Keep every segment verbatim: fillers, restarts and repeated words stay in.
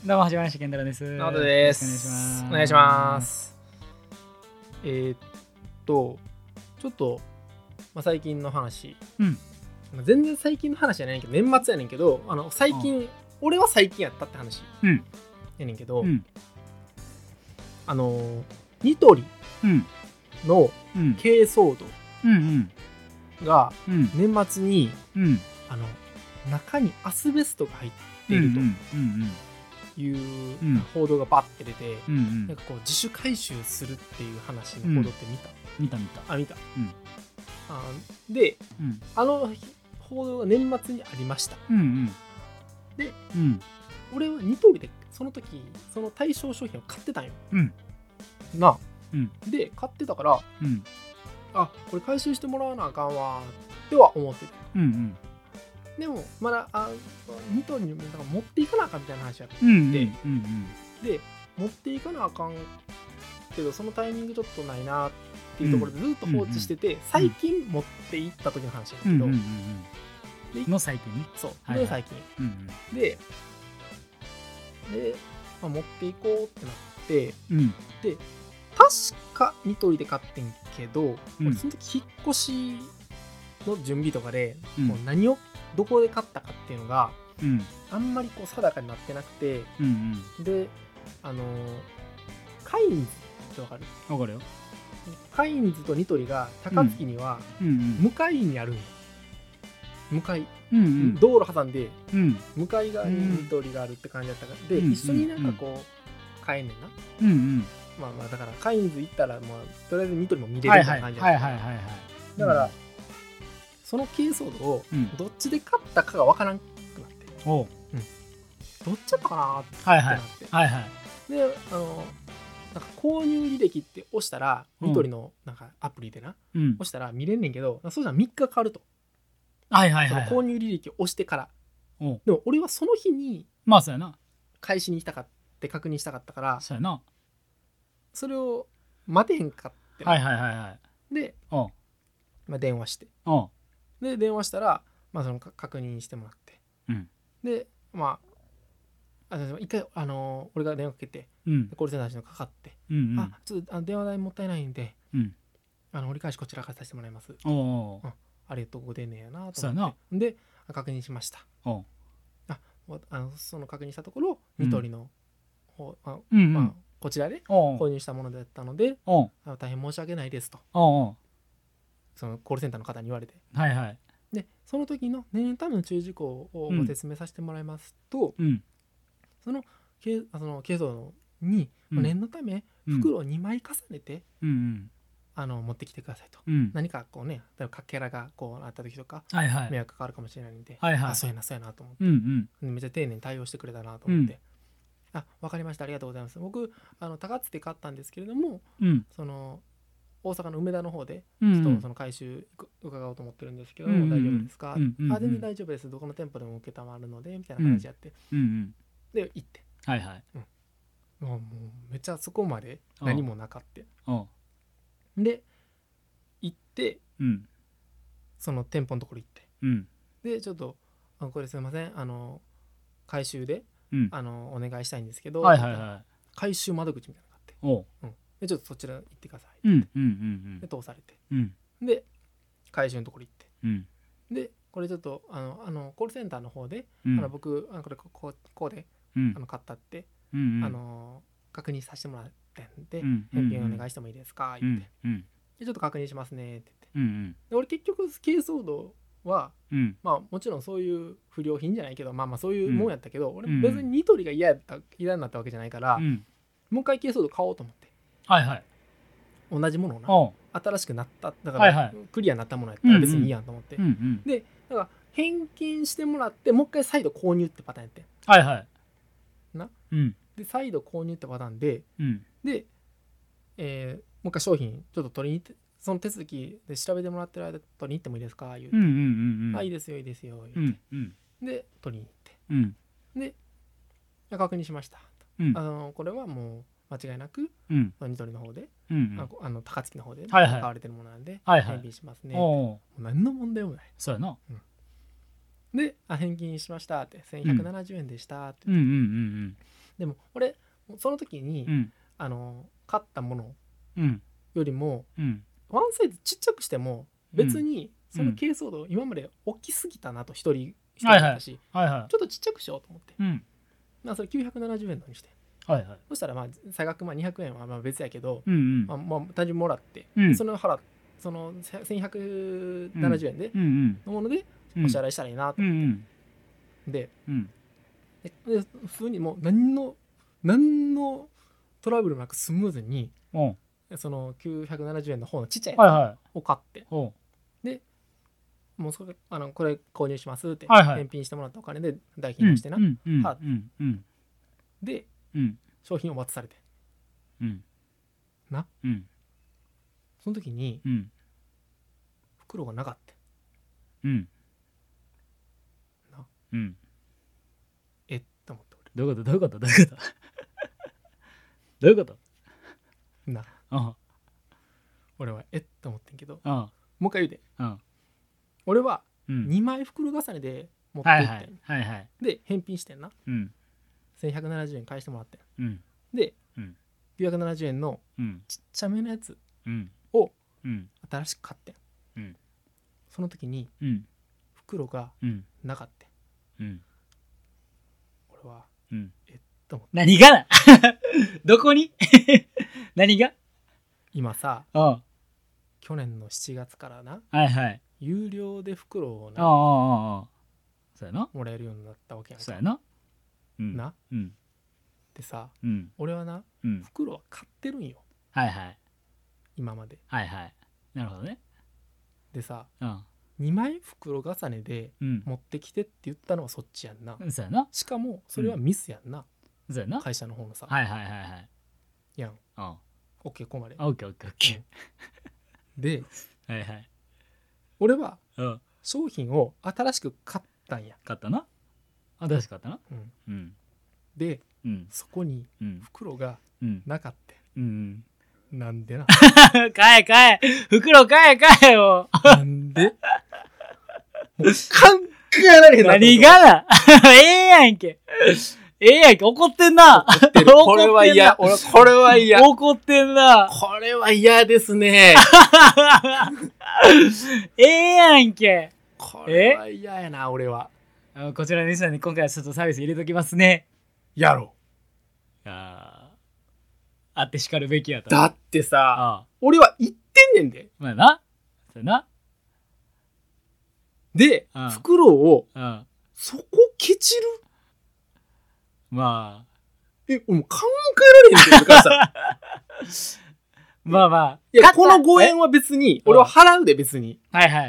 どうも、はじめまして、健太郎です。 ナオトです。お願いします。えー、っと、ちょっと、まあ、最近の話、 うん、 全然最近の話じゃないけど、年末やねんけど、あの最近、俺は最近やったって話やねんけど、 うん、 あの、ニトリの軽装度が年末に、あの中にアスベストが入っているという報道がバッて出て、うんうん、なんかこう自主回収するっていう話の報道って見た、 うん、見た見たあ見た、うん、あで、うん、あの報道が年末にありました、うんうん、で、うん、俺はニトリでその時その対象商品を買ってたんよ、うん、なあ、うん、で買ってたから、うん、あこれ回収してもらわなあかんわっては思ってた、うんうん、でもまだあニトリに持っていかなあかんみたいな話やって、うんうんうんうん、で持っていかなあかんけどそのタイミングちょっとないなっていうところでずっと放置してて、うんうんうん、最近持っていった時の話やけど、うんうんうんうん、の最近ねそう、はいはい、の最近、うんうん、でで、まあ、持っていこうってなって、うん、で確かニトリで買ってんけど、うん、俺その時引っ越しの準備とかで、うん、もう何をどこで買ったかっていうのが、うん、あんまりこう定かになってなくて、うんうん、であのカインズってわかる？ わかるよ。 カインズとニトリが高槻には向かいにあるんよ、向かい、うんうん、道路挟んで、うん、向かい側にニトリがあるって感じだったから、で、うん、一緒になんかこう買えんねんな、うんうん、まあまあだからカインズ行ったら、まあ、とりあえずニトリも見れるみたいな感じだったからだから、うん、その軽装度をどっちで買ったかが分からんくなって、うん、どっちだったかなってなって、はいはいはいはい、であのなんか購入履歴って押したら、うん、ニトリのなんかアプリでな、うん、押したら見れんねんけど、そうしたらみっかかかると、はいはいはいはい、その購入履歴を押してから、うん、でも俺はその日にまあそうやな返しに行きたかって確認したかったから、 そうやな、 それを待てへんかって、 はいはいはいはい、 で、まあ、電話して、で電話したら、まあ、その確認してもらって、うん、でまあ一回、あのー、俺が電話かけて、うん、コールセンターにかかって、うんうん、あちょっとあの電話代もったいないんで、うん、あの折り返しこちらからさせてもらいます、おう、うん、ありがとうご丁寧やなと思って、で確認しました、おああのその確認したところ、うん、ニトリの方、あうんうん、まあ、こちらで購入したものだったので、あの大変申し訳ないですと、おそのコールセンターの方に言われて、はいはい、でその時の念のための注意事項をご説明させてもらいますと、うん、その軽装に念のため袋をにまい重ねて、うんうん、あの持ってきてくださいと、うん、何かこうね、例えばかけらがこうあった時とか、はいはい、迷惑かかるかもしれないんで、はいはい、あそうやなそうやなと思って、うんうん、めっちゃ丁寧に対応してくれたなと思って、うん、あ分かりましたありがとうございます。僕あの高津で買ったんですけれども、うん、その大阪の梅田の方でちょっとその回収伺おうと思ってるんですけど、うんうん、大丈夫ですか、うんうん、あ全然大丈夫です、どこの店舗でも受けたまるのでみたいな話やって、うんうん、で行って、はいはい、うん、もうめっちゃそこまで何もなかって、で行って、うん、その店舗のところ行って、うん、でちょっとあこれすいませんあの回収で、うん、あのお願いしたいんですけど、はいはいはい、回収窓口みたいなのがあって、おう、うん、でちょっとそちら行ってくださいって、うんうんうん、で通されて、うん、で回収のところ行って、うん、でこれちょっとあのあのコールセンターの方で、うん、あの僕あのこれこここうで、うん、あの買ったって、うんうん、あの確認させてもらってんで、うん、返品お願いしてもいいですか言って、うんうん、でちょっと確認しますねって言って、うんうん、で俺結局軽装度は、うん、まあもちろんそういう不良品じゃないけど、まあまあそういうもんやったけど、うん、俺別にニトリが嫌やった嫌になったわけじゃないから、うん、もう一回軽装度買おうと思って、はいはい、同じものをな新しくなっただから、はいはい、クリアになったものやったら別にいいやんと思って、うんうん、でだから返金してもらってもう一回再度購入ってパターンやって、はいはいな、うん、で再度購入ってパターンで、うん、で、えー、もう一回商品ちょっと取りに行ってその手続きで調べてもらってる間取りに行ってもいいですか言うて、うんうんうんうん、あいいですよいいですよ言うて、うんうん、で取りに行って、うん、で確認しました、うん、あのこれはもう間違いなく、うん、ニトリの方で、うんうん、ああの高槻の方で、ね、はいはい、買われてるものなんで、はいはい、返品しますねって、もう何の問題もない、そうやな、うん、であ返金しましたってせんひゃくななじゅうえんでしたって、うんうんうんうん、 でも俺その時に、 うん、 あの買ったものうんよりも、 うん、 ワンサイズちっちゃくしても別にその珪藻土、うん、今まで大きすぎたなと一人一人だったし、 はいはいはいはい、 ちょっとちっちゃくしようと思って、 うん、 まあそれきゅうひゃくななじゅうえんのにして、 はいはい、 そしたらまあ差額まあにひゃくえんはまあ別やけど、 うんうんまあ、まあ単純にもらって、うん、その払そのせんひゃくななじゅうえんで、うんうん、のものでお支払いしたらいいなと思って、うんうん、で、うん、で, で普通にもう何の何のトラブルなくスムーズに、うん、そのきゅうひゃくななじゅうえんの方のちっちゃいやつを買って、はいはい、でもうそれあのこれ購入しますって、はいはい、返品してもらったお金で代金出してな、うんうん、払って、うんうん、で、うん、商品を渡されて、うん、な、うん、その時に、うん、袋がなかった、うん、な、うん、えっと思って俺どういうことどういうことどういうことどういうことなあ俺はえっと思ってんけど、ああもう一回言うで、ああ俺はにまい袋重ねで持っていってん、はいはいはいはい、で返品してんな、うん、せんひゃくななじゅうえん返してもらってん、うん、で、うん、きゅうひゃくななじゅうえんのちっちゃめのやつを新しく買ってん、うん、その時に袋がなかった、うん、俺は、うん、えっと思って何がなどこに何が今さあ去年のしちがつからな、はいはい、有料で袋をな、ああああそうやなもらえるようになったわけやんか。 そうやな、 うん、な、うん、でさ、うん、俺はな、うん、袋は買ってるんよ。はいはい。今まで。はいはい。なるほどね。でさ、うん、にまい袋重ねで持ってきてって言ったのはそっちやんな。うん、そうやな。しかもそれはミスやんな。うん、そうやな。会社の方のさ。はいはいはいはい。やん。うん。オッケーここまで。オッケーオッケーオッケー。で、はいはい。俺は商品を新しく買ったんや。買ったな。新しく買ったな。うんうん、で、うん、そこに袋がなかった、うんうん、なんでな買え買え袋買え買えよなんでもう考えられへんな。何がなええやんけええやんけ怒ってんな。怒ってるこれは嫌。俺これは嫌。怒ってんな。これは嫌ですね。ええやんけ。これは嫌やな俺は。こちらのリスナーに今回はちょっとサービス入れときますね。やろう。ああって叱るべきやと。だってさ、ああ俺は言ってんねんで。まあな。そうやな。で、ああ袋をああそこケチる。まあ。え、もう考えられへんってからさ。まあまあ。いや、このごえんは別に、俺は払うで別に。はいはい。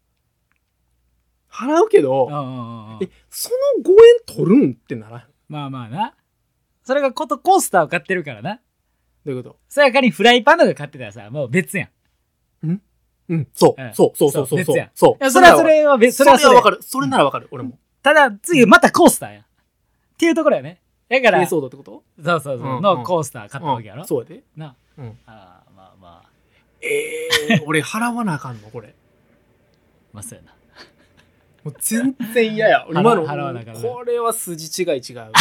払うけど、え、そのごえん取るんってならん。まあまあな。それがことコースターを買ってるからな。どういうこと？それは仮にフライパンとか買ってたらさ、もう別やん。ん？うん、そう、うん、そう、そう、そう、そう、別やん。そう。それはそれは別、それはそれはわかる。それならわかる、俺も。ただ、次またコースターやん。っていうところやね。だから。軽装度ってこと？そうそうそう。のコースター買ったわけやろ？そうやで。な。うん。ああ、まあまあ。ええ、俺払わなあかんのこれ。まあそうやな。もう全然嫌や。今のこれは筋違い違う。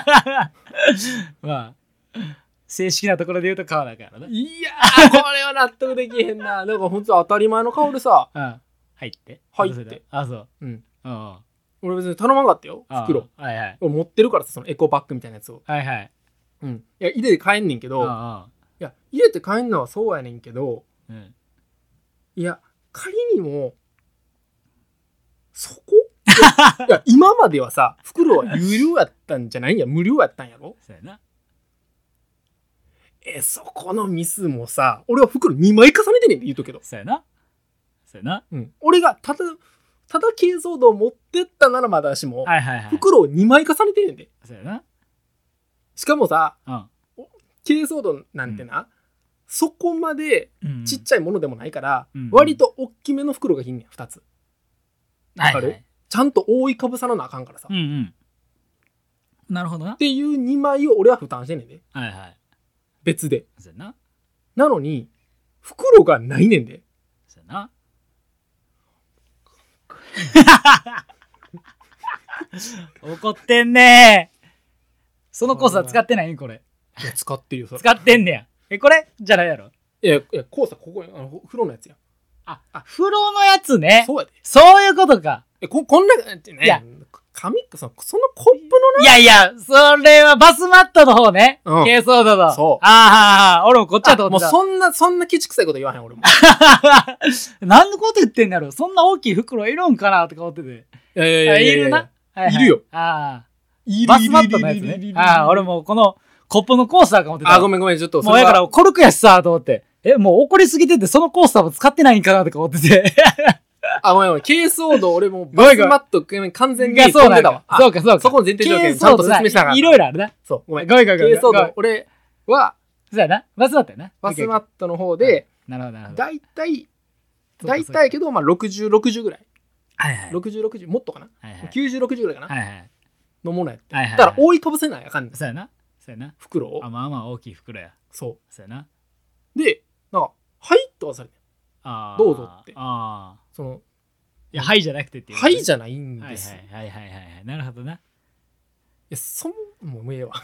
まあ正式なところで言うと買わなからな。いやーこれは納得できへんな。なんかほんと当たり前の顔でさ、うん、入って入って。あそう。うん。ああ俺別に頼まんかったよ袋。はいはい。俺持ってるからさそのエコバッグみたいなやつを。はいはい。うん。いや入れて買えんねんけど。ああいや入れて買えんのはそうやねんけど。うん。いや仮にも。そこいや今まではさ袋は有料やったんじゃないんや無料やったんやろ。そうやな。えそこのミスもさ俺は袋にまい重ねてねんって言うとくけど。そうやなそうやな、うん、俺がただただ珪藻土を持ってったならまだしも、はいはいはい、袋をにまい重ねてんねんで。そうやな。しかもさ、うん、珪藻土なんてな、うん、そこまでちっちゃいものでもないから、うんうん、割と大きめの袋がひんねんふたつ。わかる、はいはい、ちゃんと覆いかぶさらなあかんからさ、うんうん、なるほどなっていうにまいを俺は負担してんねんで、はいはい、別で。そうやな。なのに袋がないねんで。そうやな。怒ってんねー。 そのコースは使ってないんこれ。 いや使ってるよそれ。 使ってんねや。えこれじゃないやろ。 いやいやコースはここにあの風呂のやつや。 ああ風呂のやつね。 そうやで。 そういうことか。 えここんなね。 いや紙そのそのコップのいやいや、それはバスマットの方ね。 うん珪藻土の。 そう。 ああ、俺もこっちはと思ってた。 もうそんな、そんなケチくさいこと言わへん、俺も。 何のこと言ってんだろう。そんな大きい袋いるんかなとか思ってて。 いやいやいやいやいるな。はいはい、 いるよ。 ああ。 いるバスマットのやつね。ああ、俺もこのコップのコースターか思ってた。 あ、ごめんごめん、ちょっと。 もうやからコルクやしさ、と思って。え、もう怒りすぎてて、そのコースターも使ってないんかなとか思ってて。 あ、ごめんごめん。珪藻土、俺もうバスマット完全に飛んでたわ。 そうか、そうか。 そこの前提条件ちゃんと説明したから。 いろいろあるな。 そう。ごめん。 ごめんごめんごめん。 珪藻土、俺は、 そうやな。バスマットやな。 バスマットの方で、 なるほど、なるほど。 だいたい、だいたいけど、まあ、ろくじゅう、ろくじゅうぐらい。 はいはい。 ろくじゅう、ろくじゅう、もっとかな。 はいはい。 きゅうじゅう、ろくじゅうぐらいかな。 はいはい。 のものやって。 はいはい。 だから、覆いかぶせないあかんねん。 そうやな。そうやな。 袋を。 あ、まあまあ大きい袋や。 そう。 そうやな。 で、なんか、はいって忘れて。 ああ。 どうぞって。 ああ。 その、 いや、はいじゃなくてっていう。 はいじゃないんです。 はいはいはいはいはい。なるほどな。いや、そも、もう、もうええわ。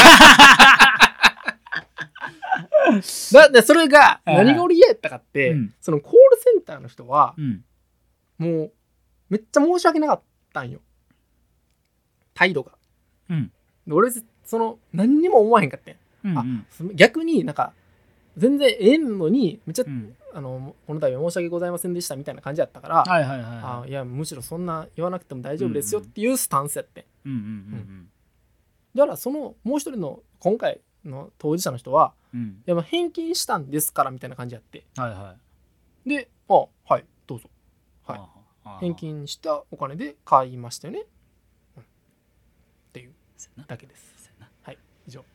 だってそれが何が俺嫌やったかって、うん、そのコールセンターの人は、うん、もうめっちゃ申し訳なかったんよ、態度が、うん、で俺その何にも思わへんかったん、うんうん、あ逆になんか全然ええのにめっちゃ、うん、あのこの度は申し訳ございませんでしたみたいな感じやったから、はいはいはいはい、あいやむしろそんな言わなくても大丈夫ですよっていうスタンスやってん、うんうんうんうん、だからそのもう一人の今回の当事者の人は、うん、いやまあ返金したんですからみたいな感じやって、はいはい、であはいどうぞ、はい、返金したお金で買いましたよね、うん、っていうだけです。はい以上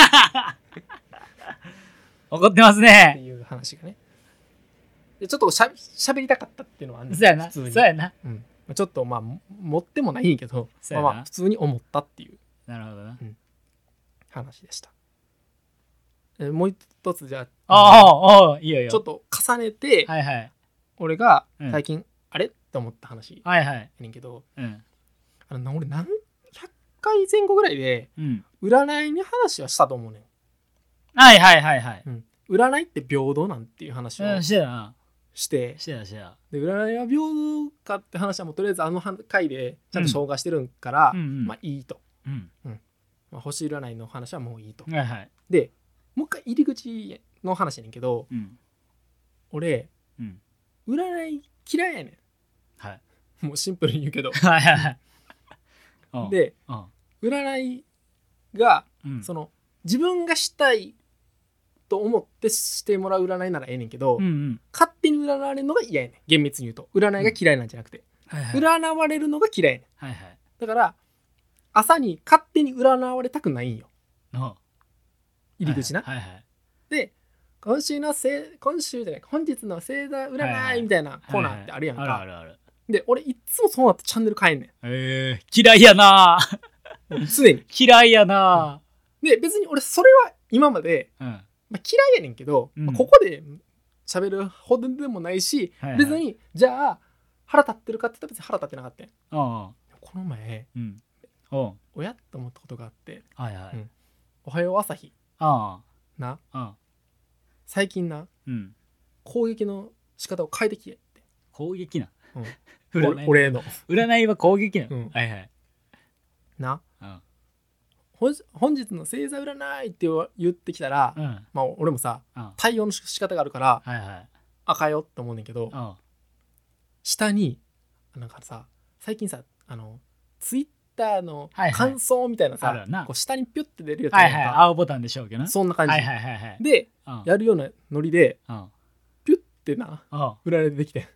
怒ってますねっていう話がね、でちょっとしゃしゃべりたかったっていうのはあるんです。 そうやなそうやな、 うん、ちょっとまあ持ってもないんやけど、まあ、まあ普通に思ったっていう、 なるほどな、うん、 話でした。えもう一つじゃあああいいよいいよちょっと重ねて、はいはい、俺が最近、うん、あれって思った話やねんけど、はいはい、あの俺何ひゃっかいぜん後ぐらいで、うん、占いに話はしたと思うねん。 はいはいはいはい、うん、 占いって平等なんていう話をしてたなしてしてたしてたで占いは平等かって話はもうとりあえずあの回でちゃんと消化してるから、うん、まあいいと、うんうんまあ、星占いの話はもういいと、はいはい、でもう一回入り口の話やねんけど、うん、俺、うん、占い嫌いやねん、はい、もうシンプルに言うけどはいはいはいで占いが、うん、その自分がしたいと思ってしてもらう占いならええねんけど、うんうん、勝手に占われるのが嫌やねん。厳密に言うと占いが嫌いなんじゃなくて、うんはいはい、占われるのが嫌いやねん、はいはい、だから朝に勝手に占われたくないんよ、入り口な、はいはいはい、で今週のせ今週じゃない本日の星座占いみたいなコーナーってあるやんか、はいはい、あるあるあるで俺いつもそうなってチャンネル変えんねん、 えー、嫌いやな常に嫌いやな、 うん、で別に俺それは今まで、うんまあ、嫌いやねんけど、うんまあ、ここで喋るほどでもないし、はいはい、別にじゃあ腹立ってるかって言ったら別に腹立ってなかったん、ああこの前、うん、お親って思ったことがあって、はいはいうん、おはよう朝日ああなあ最近な、うん、攻撃の仕方を変えてきてって攻撃な、 うん、占い俺への占いは攻撃な、うん、はいはいな、うん、本日の星座占いって言ってきたら、うん、まあ俺もさ、うん、対応の仕方があるから、はいはい、赤よって思うねんけど、うん、下になんかさ最近さあのツイッターの感想みたいなさ、はいはい、こう下にピュッて出るやつ、 はいはい、青ボタンでしょうけどなそんな感じ、 はいはいはいはい、 で、うん、やるようなノリで、うん、ピュッてな占いでできて、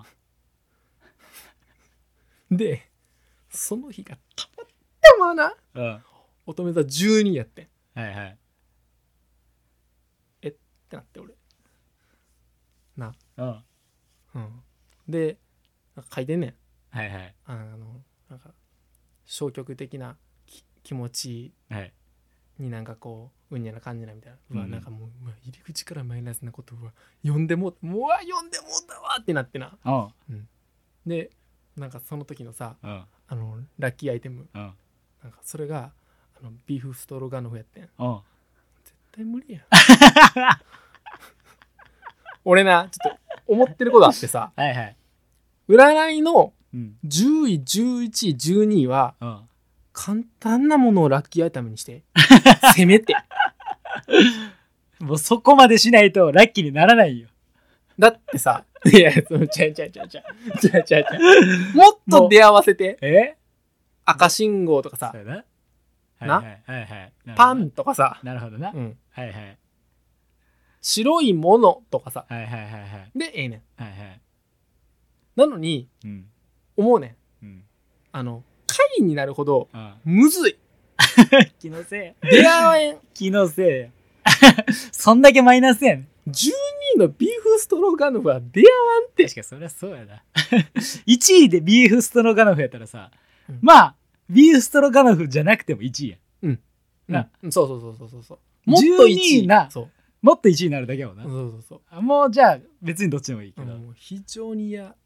うん、でその日がたまたまな、うん、乙女座じゅうにやってん、はいはい、えってなって俺な、うんうん、でなんか書いてんねん、はいはい、あのなんか消極的な気持ちになんかこううんやな感じなみたいな、うん、うわなんかもううわ入り口からマイナスなことは読んでもうもうわ読んでもうたわってなってな、うん、でなんかその時のさ、うん、あのラッキーアイテム、うん、なんかそれがあのビーフストロガノフやってん。 うん。 絶対無理やん。俺な、ちょっと思ってることあってさ、 はいはい。 占いのうん。 じゅうい、じゅういちい、じゅうにいは、 うん。 簡単なものをラッキーアイテムにして、せめて。 もうそこまでしないとラッキーにならないよ。 だってさ、いや、そのちゃうちゃうちゃうちゃう。ちゃうちゃうちゃう。もっと出会わせて。 え赤信号とかさそう、やな。 なはいはいはいはい。 パンとかさ、 なるほどな。 うん、 はいはい。 白いものとかさ、 はいはいはいはい。 で、ええねん。 はいはい。 なのに、 うん。 思うねん。 うん。 あの、会になるほど、 ああむずい。 気のせ出会えん。 い。気のせいや。そんだけマイナスやねん。 じゅうにいのビーフストロガノフは出会わんって。 確かにそりゃそうやな。いちいでビーフストロガノフやったらさ、 うん、 まあ、ビーフストロガノフじゃなくてもいちいや。 うん。 な、 うん、そうそうそうそうそう。もっといちいな。 そう。もっといちいになるだけやもんな。 そうそうそう。 もうじゃあ別にどっちでもいいけど。 もう非常に嫌。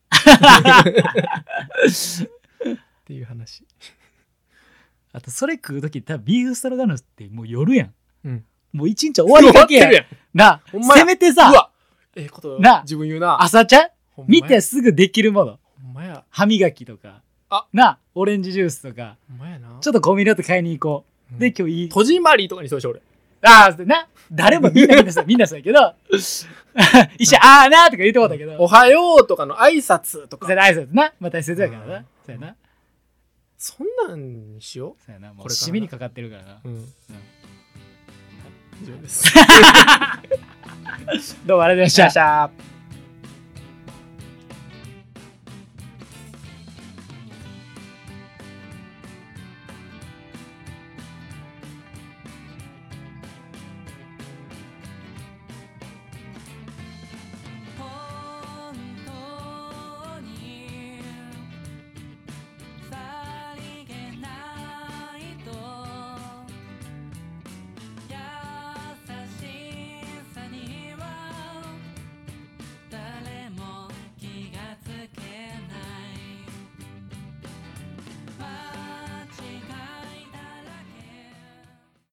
っていう話。 あとそれ食うとき多分ビーフストロガノフってもう夜やん。 うん。 もう一日終わりかけやん。 やんな、せめてさ、 うわええことな自分言うな。 朝茶見てすぐできるもの。 ほんまや。 歯磨きとか。 あな、オレンジジュースとか。 ほんまやな。 ちょっとコンビニだと買いに行こう。うん、で、今日いい。 戸締まりとかにそうでしょ、俺。 ああ、な。誰もみんなみんなそう、みんなそうやけど。一緒、ああなーとか言うてもうたけど。 おはようとかの挨拶とか。 それ挨拶な。まあ大切やからな。そうやな。 そんなんにしよう。 そうやな。もう締めにかかってるからな。うん。うん、 以上です。 どうもありがとうございました。